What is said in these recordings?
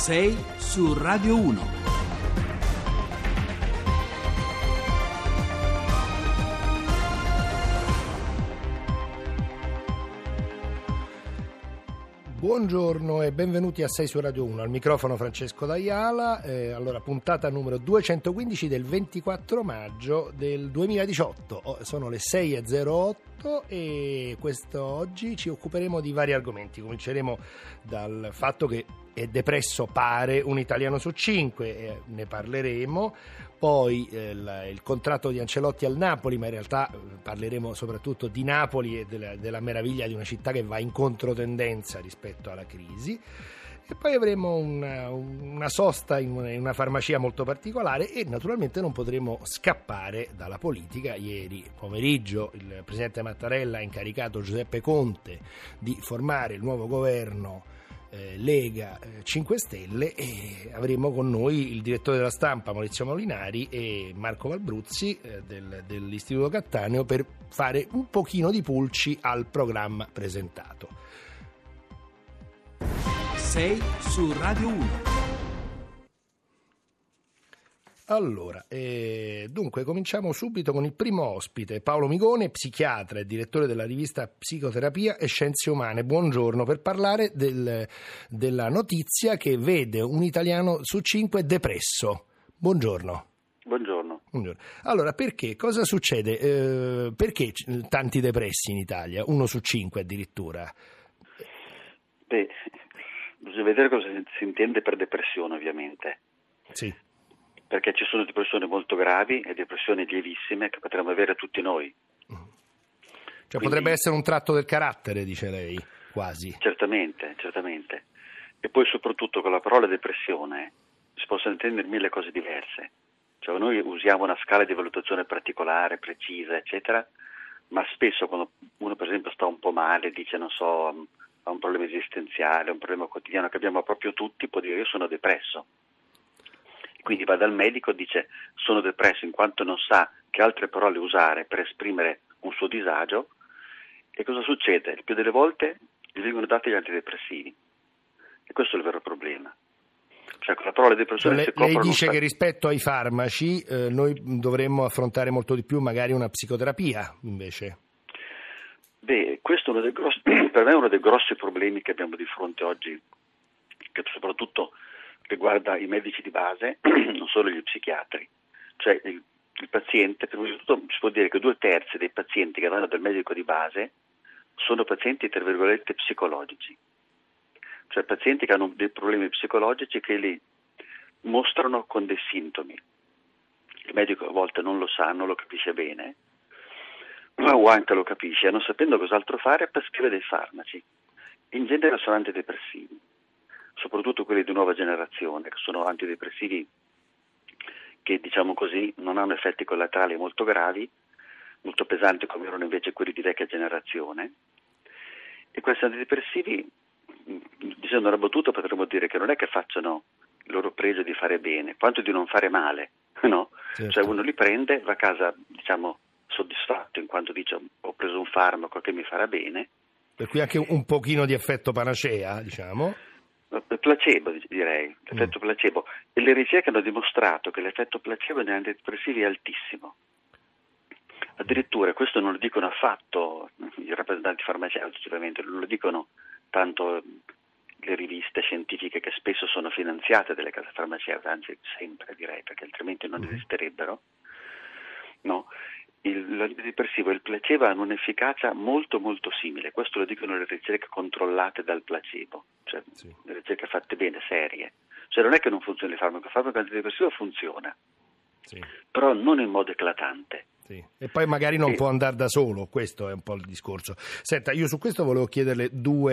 6 su Radio 1. Buongiorno e benvenuti a 6 su Radio 1, al microfono Francesco D'Aiala. Allora, puntata numero 215 del 24 maggio del 2018. Sono le 6:08 e oggi ci occuperemo di vari argomenti. Cominceremo dal fatto che è depresso, pare, un italiano su 5, ne parleremo. Poi il contratto di Ancelotti al Napoli, ma in realtà parleremo soprattutto di Napoli e della meraviglia di una città che va in controtendenza rispetto alla crisi. E poi avremo una sosta in una farmacia molto particolare e naturalmente non potremo scappare dalla politica. Ieri pomeriggio il presidente Mattarella ha incaricato Giuseppe Conte di formare il nuovo governo Lega 5 Stelle e avremo con noi il direttore della stampa Maurizio Molinari e Marco Valbruzzi dell'Istituto Cattaneo per fare un pochino di pulci al programma presentato. 6 su Radio 1. Allora, dunque cominciamo subito con il primo ospite, Paolo Migone, psichiatra e direttore della rivista Psicoterapia e Scienze Umane. Buongiorno, per parlare della notizia che vede un italiano su 5 depresso. Buongiorno. Buongiorno. Allora, perché? Cosa succede? Perché tanti depressi in Italia? 1 su 5 addirittura. Beh, bisogna vedere cosa si intende per depressione, ovviamente. Sì. Perché ci sono depressioni molto gravi e depressioni lievissime che potremmo avere tutti noi. Cioè potrebbe essere un tratto del carattere, dice lei, quasi. Certamente. E poi soprattutto con la parola depressione si possono intendere 1000 cose diverse. Cioè noi usiamo una scala di valutazione particolare, precisa, eccetera, ma spesso quando uno per esempio sta un po' male, dice non so, ha un problema esistenziale, un problema quotidiano che abbiamo proprio tutti, può dire io sono depresso. Quindi va dal medico e dice sono depresso in quanto non sa che altre parole usare per esprimere un suo disagio. E cosa succede? Il più delle volte gli vengono dati gli antidepressivi e questo è il vero problema. Cioè con la parola depressione si lei dice che rispetto ai farmaci noi dovremmo affrontare molto di più magari una psicoterapia invece. Beh, questo è per me è uno dei grossi problemi che abbiamo di fronte oggi, che soprattutto riguarda i medici di base, non solo gli psichiatri. Cioè il paziente, prima di tutto si può dire che 2/3 dei pazienti che vanno dal medico di base sono pazienti tra virgolette psicologici, cioè pazienti che hanno dei problemi psicologici che li mostrano con dei sintomi. Il medico a volte non lo sa, non lo capisce bene, o anche lo capisce, non sapendo cos'altro fare prescrive dei farmaci. In genere sono antidepressivi, soprattutto quelli di nuova generazione, che sono antidepressivi che, diciamo così, non hanno effetti collaterali molto gravi, molto pesanti come erano invece quelli di vecchia generazione. E questi antidepressivi, dicendo una battuta, potremmo dire che non è che facciano il loro pregio di fare bene, quanto di non fare male, no? Certo. Cioè uno li prende, va a casa, diciamo, soddisfatto in quanto dice ho preso un farmaco che mi farà bene. Per cui anche un pochino di effetto panacea, diciamo. Placebo, direi, l'effetto placebo. E le ricerche hanno dimostrato che l'effetto placebo negli antidepressivi è altissimo. Addirittura, questo non lo dicono affatto i rappresentanti farmaceutici, ovviamente, non lo dicono tanto le riviste scientifiche che spesso sono finanziate dalle case farmaceutiche, anzi sempre direi, perché altrimenti non esisterebbero. No. L'antidepressivo e il placebo hanno un'efficacia molto molto simile, questo lo dicono le ricerche controllate dal placebo, cioè sì, le ricerche fatte bene, serie. Cioè non è che non funzioni il farmaco antidepressivo funziona, sì, però non in modo eclatante. Sì. E poi magari non può andare da solo, questo è un po' il discorso. Senta, io su questo volevo chiederle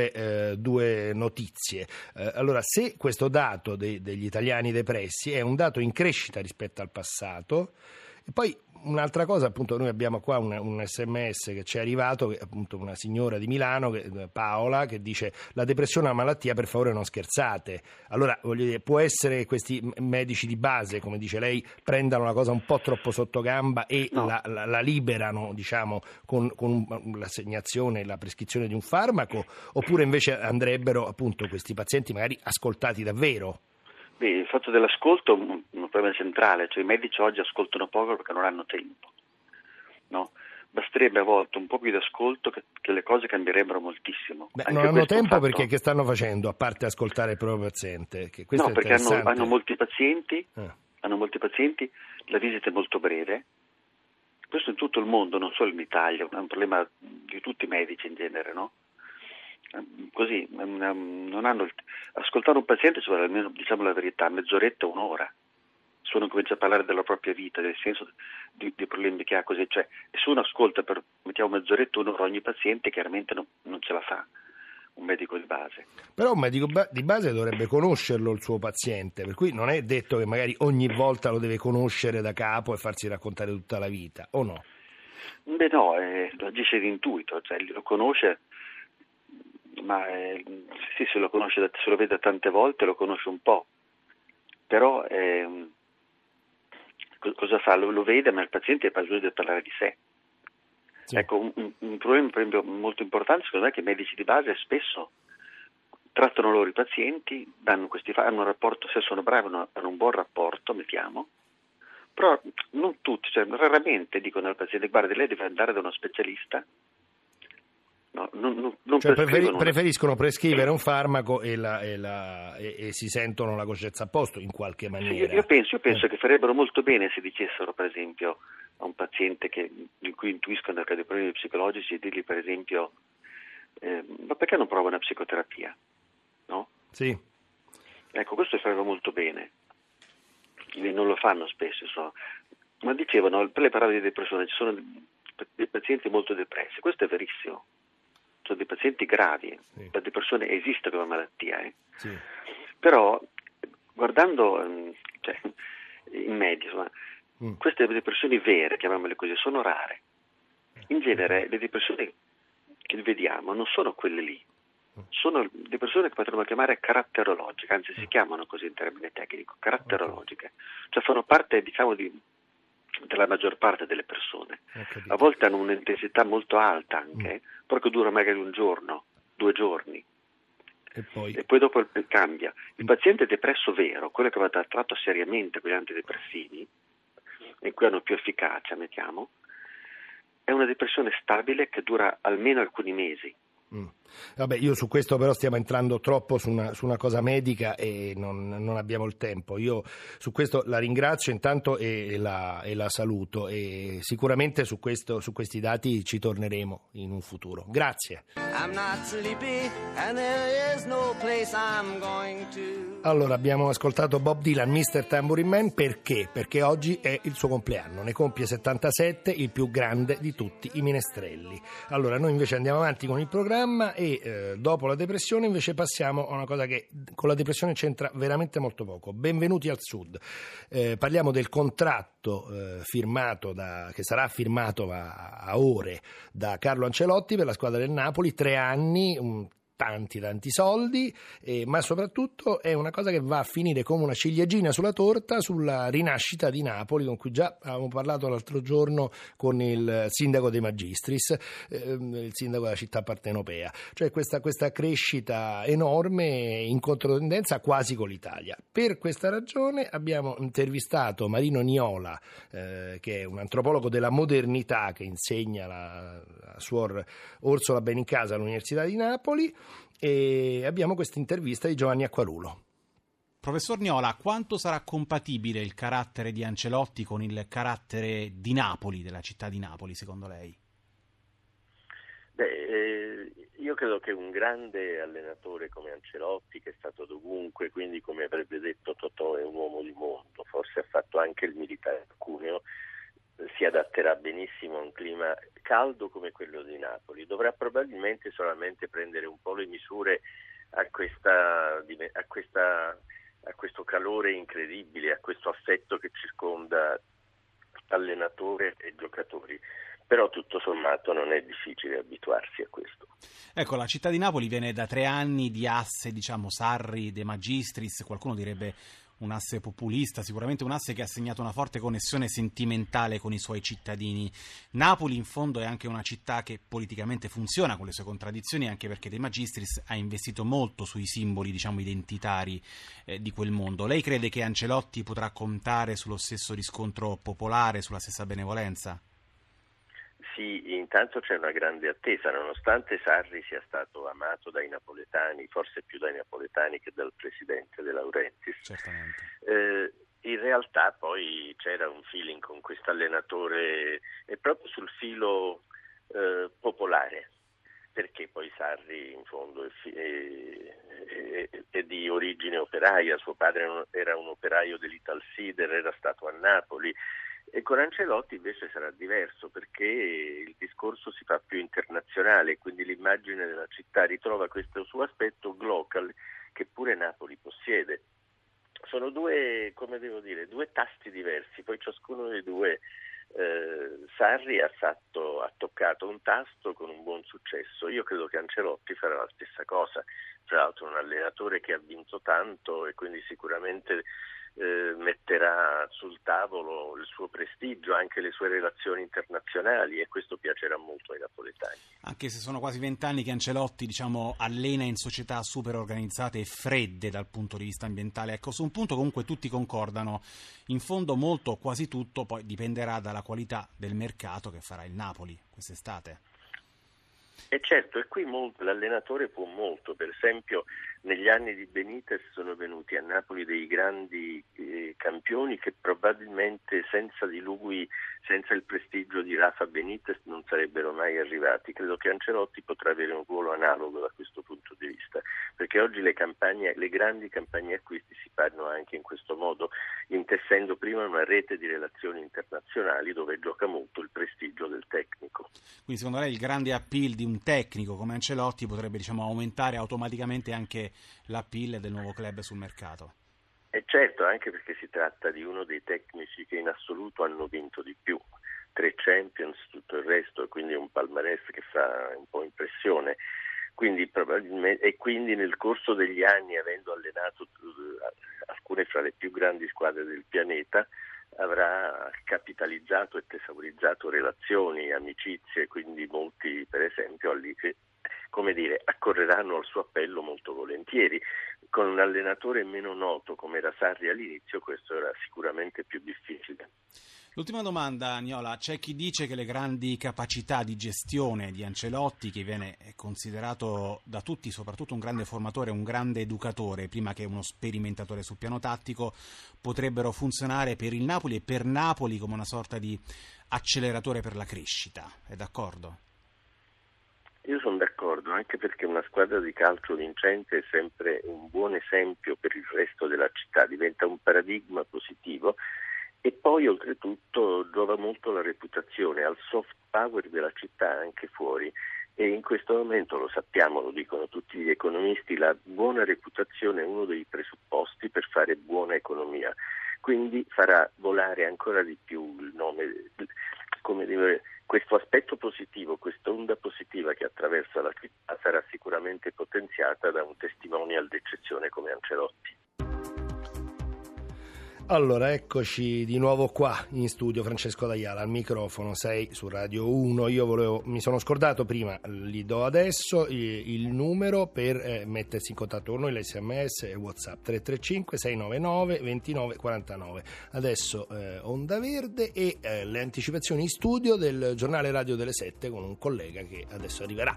due notizie. Allora, se questo dato degli italiani depressi è un dato in crescita rispetto al passato, e poi un'altra cosa, appunto, noi abbiamo qua un SMS che ci è arrivato, che appunto una signora di Milano, Paola, che dice: la depressione è una malattia, per favore non scherzate. Allora, voglio dire, può essere che questi medici di base, come dice lei, prendano la cosa un po' troppo sotto gamba e la liberano, diciamo, con l'assegnazione, la prescrizione di un farmaco, oppure invece andrebbero appunto questi pazienti magari ascoltati davvero? Beh, il fatto dell'ascolto è un problema centrale, cioè i medici oggi ascoltano poco perché non hanno tempo, no? Basterebbe a volte un po' più di ascolto che le cose cambierebbero moltissimo. Beh, Anche non hanno questo è un tempo fatto. perché che stanno facendo, a parte ascoltare il proprio paziente? Che questo No, è perché interessante. hanno molti pazienti, Ah. la visita è molto breve. Questo in tutto il mondo, non solo in Italia, è un problema di tutti i medici in genere, no? Così, non hanno ascoltare un paziente ci vuole almeno, diciamo la verità, mezz'oretta, un'ora. Se uno comincia a parlare della propria vita, del senso dei problemi che ha, così, cioè, se uno ascolta per, mettiamo, mezz'oretta, un'ora ogni paziente, chiaramente non ce la fa un medico di base. Però un medico di base dovrebbe conoscerlo il suo paziente, per cui non è detto che magari ogni volta lo deve conoscere da capo e farsi raccontare tutta la vita, o no? Beh no, agisce di intuito, cioè lo conosce, ma sì, se lo conosce, se lo vede tante volte lo conosce un po', però cosa fa? Lo vede, ma il paziente ha bisogno di parlare di sé. Sì. Ecco, un problema per esempio molto importante secondo me è che i medici di base spesso trattano loro i pazienti, hanno un rapporto, se sono bravi hanno un buon rapporto, mettiamo, però non tutti, cioè raramente dicono al paziente: guardi, lei deve andare da uno specialista. No, non cioè preferiscono prescrivere un farmaco e si sentono la coscienza a posto in qualche maniera. Sì, io penso che farebbero molto bene se dicessero, per esempio, a un paziente di cui intuiscono che ha dei problemi psicologici, e dirgli, per esempio, ma perché non prova una psicoterapia? No? Sì. Ecco, questo farebbe molto bene. Non lo fanno spesso, ma dicevano, per le parole di depressione, ci sono dei pazienti molto depressi, questo è verissimo. Sono dei pazienti gravi, sì. La depressione esiste come malattia, Sì. Però guardando in media, insomma, queste depressioni vere, chiamiamole così, sono rare. In genere le depressioni che vediamo non sono quelle lì, sono depressioni che potremmo chiamare caratterologiche, anzi si chiamano così in termine tecnico, caratterologiche, cioè fanno parte, diciamo, della maggior parte delle persone. A volte hanno un'intensità molto alta anche, però che dura magari un giorno, 2 giorni e poi dopo cambia. Il paziente depresso vero, quello che va trattato seriamente con gli antidepressivi, in cui hanno più efficacia, mettiamo, è una depressione stabile che dura almeno alcuni mesi. Vabbè, io su questo però stiamo entrando troppo su una cosa medica e non abbiamo il tempo. Io su questo la ringrazio intanto e la saluto, e sicuramente su questi dati ci torneremo in un futuro. Grazie. Allora, abbiamo ascoltato Bob Dylan, Mr. Tambourine Man, perché? Perché oggi è il suo compleanno, ne compie 77, il più grande di tutti i menestrelli. Allora, noi invece andiamo avanti con il programma e dopo la depressione invece passiamo a una cosa che con la depressione c'entra veramente molto poco. Benvenuti al Sud. Parliamo del contratto firmato che sarà firmato a ore da Carlo Ancelotti per la squadra del Napoli, 3 anni, tanti soldi, ma soprattutto è una cosa che va a finire come una ciliegina sulla torta sulla rinascita di Napoli, con cui già avevamo parlato l'altro giorno con il sindaco De Magistris, il sindaco della città partenopea, cioè questa crescita enorme in controtendenza quasi con l'Italia. Per questa ragione abbiamo intervistato Marino Niola, che è un antropologo della modernità che insegna la suor Orsola Benincasa all'Università di Napoli, e abbiamo questa intervista di Giovanni Acquarulo. Professor Niola, quanto sarà compatibile il carattere di Ancelotti con il carattere di Napoli, della città di Napoli, secondo lei? Io credo che un grande allenatore come Ancelotti, che è stato dovunque, quindi come avrebbe detto Totò è un uomo di mondo, forse ha fatto anche il militare a Cuneo, si adatterà benissimo a un clima caldo come quello di Napoli. Dovrà probabilmente solamente prendere un po' le misure a questo calore incredibile, a questo affetto che circonda allenatore e giocatori. Però tutto sommato non è difficile abituarsi a questo. Ecco, la città di Napoli viene da 3 anni di asse, diciamo, Sarri, De Magistris, qualcuno direbbe un asse populista, sicuramente un asse che ha segnato una forte connessione sentimentale con i suoi cittadini. Napoli in fondo è anche una città che politicamente funziona con le sue contraddizioni, anche perché De Magistris ha investito molto sui simboli, diciamo, identitari di quel mondo. Lei crede che Ancelotti potrà contare sullo stesso riscontro popolare, sulla stessa benevolenza? Sì, intanto c'è una grande attesa, nonostante Sarri sia stato amato dai napoletani, forse più dai napoletani che dal presidente De Laurentiis. Certamente. In realtà poi c'era un feeling con questo allenatore e proprio sul filo popolare, perché poi Sarri in fondo è di origine operaia, suo padre era un operaio dell'Italsider, era stato a Napoli. E con Ancelotti invece sarà diverso, perché il discorso si fa più internazionale, quindi l'immagine della città ritrova questo suo aspetto local che pure Napoli possiede. Sono due tasti diversi, poi ciascuno dei due Sarri ha toccato un tasto con un buon successo. Io credo che Ancelotti farà la stessa cosa, tra l'altro un allenatore che ha vinto tanto e quindi sicuramente metterà sul tavolo il suo prestigio, anche le sue relazioni internazionali, e questo piacerà molto ai napoletani. Anche se sono quasi 20 anni che Ancelotti, diciamo, allena in società super organizzate e fredde dal punto di vista ambientale. Ecco, su un punto comunque tutti concordano, in fondo molto o quasi tutto poi dipenderà dalla qualità del mercato che farà il Napoli quest'estate. E certo, e qui l'allenatore può molto. Per esempio negli anni di Benitez sono venuti a Napoli dei grandi campioni che probabilmente senza di lui, senza il prestigio di Rafa Benitez, non sarebbero mai arrivati. Credo che Ancelotti potrà avere un ruolo analogo da questo punto di vista, perché oggi le grandi campagne acquisti si fanno anche in questo modo, intessendo prima una rete di relazioni internazionali dove gioca molto il prestigio del tecnico. Quindi secondo lei il grande appeal di un tecnico come Ancelotti potrebbe, diciamo, aumentare automaticamente anche l'appeal del nuovo club sul mercato? E certo, anche perché si tratta di uno dei tecnici che in assoluto hanno vinto di più, 3 Champions, tutto il resto, quindi un palmarès che fa un po' impressione. Quindi probabilmente, quindi nel corso degli anni, avendo allenato alcune fra le più grandi squadre del pianeta, avrà capitalizzato e tesaurizzato relazioni, amicizie, quindi molti, per esempio, accorreranno al suo appello molto volentieri. Con un allenatore meno noto come era Sarri all'inizio, questo era sicuramente più difficile. L'ultima domanda, Niola: c'è chi dice che le grandi capacità di gestione di Ancelotti, che viene considerato da tutti soprattutto un grande formatore, un grande educatore, prima che uno sperimentatore sul piano tattico, potrebbero funzionare per il Napoli e per Napoli come una sorta di acceleratore per la crescita. È d'accordo? Io sono d'accordo, anche perché una squadra di calcio vincente è sempre un buon esempio per il resto della città, diventa un paradigma positivo. E poi oltretutto giova molto la reputazione, al soft power della città anche fuori, e in questo momento lo sappiamo, lo dicono tutti gli economisti, la buona reputazione è uno dei presupposti per fare buona economia, quindi farà volare ancora di più il nome, questo aspetto positivo, questa onda positiva che attraversa la città sarà sicuramente potenziata da un testimonial d'eccezione come Ancelotti. Allora, eccoci di nuovo qua in studio, Francesco D'Aiala al microfono, 6 su Radio 1. Io mi sono scordato prima, li do adesso il numero per mettersi in contatto con noi, l'SMS e WhatsApp 335 699 2949. Adesso Onda Verde e le anticipazioni in studio del giornale radio delle 7 con un collega che adesso arriverà.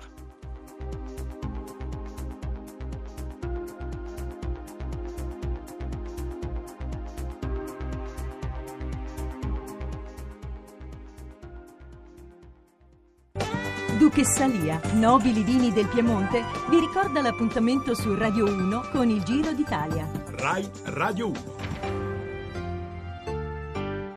Duchessa Lia, nobili vini del Piemonte, vi ricorda l'appuntamento su Radio 1 con il Giro d'Italia. Rai Radio 1.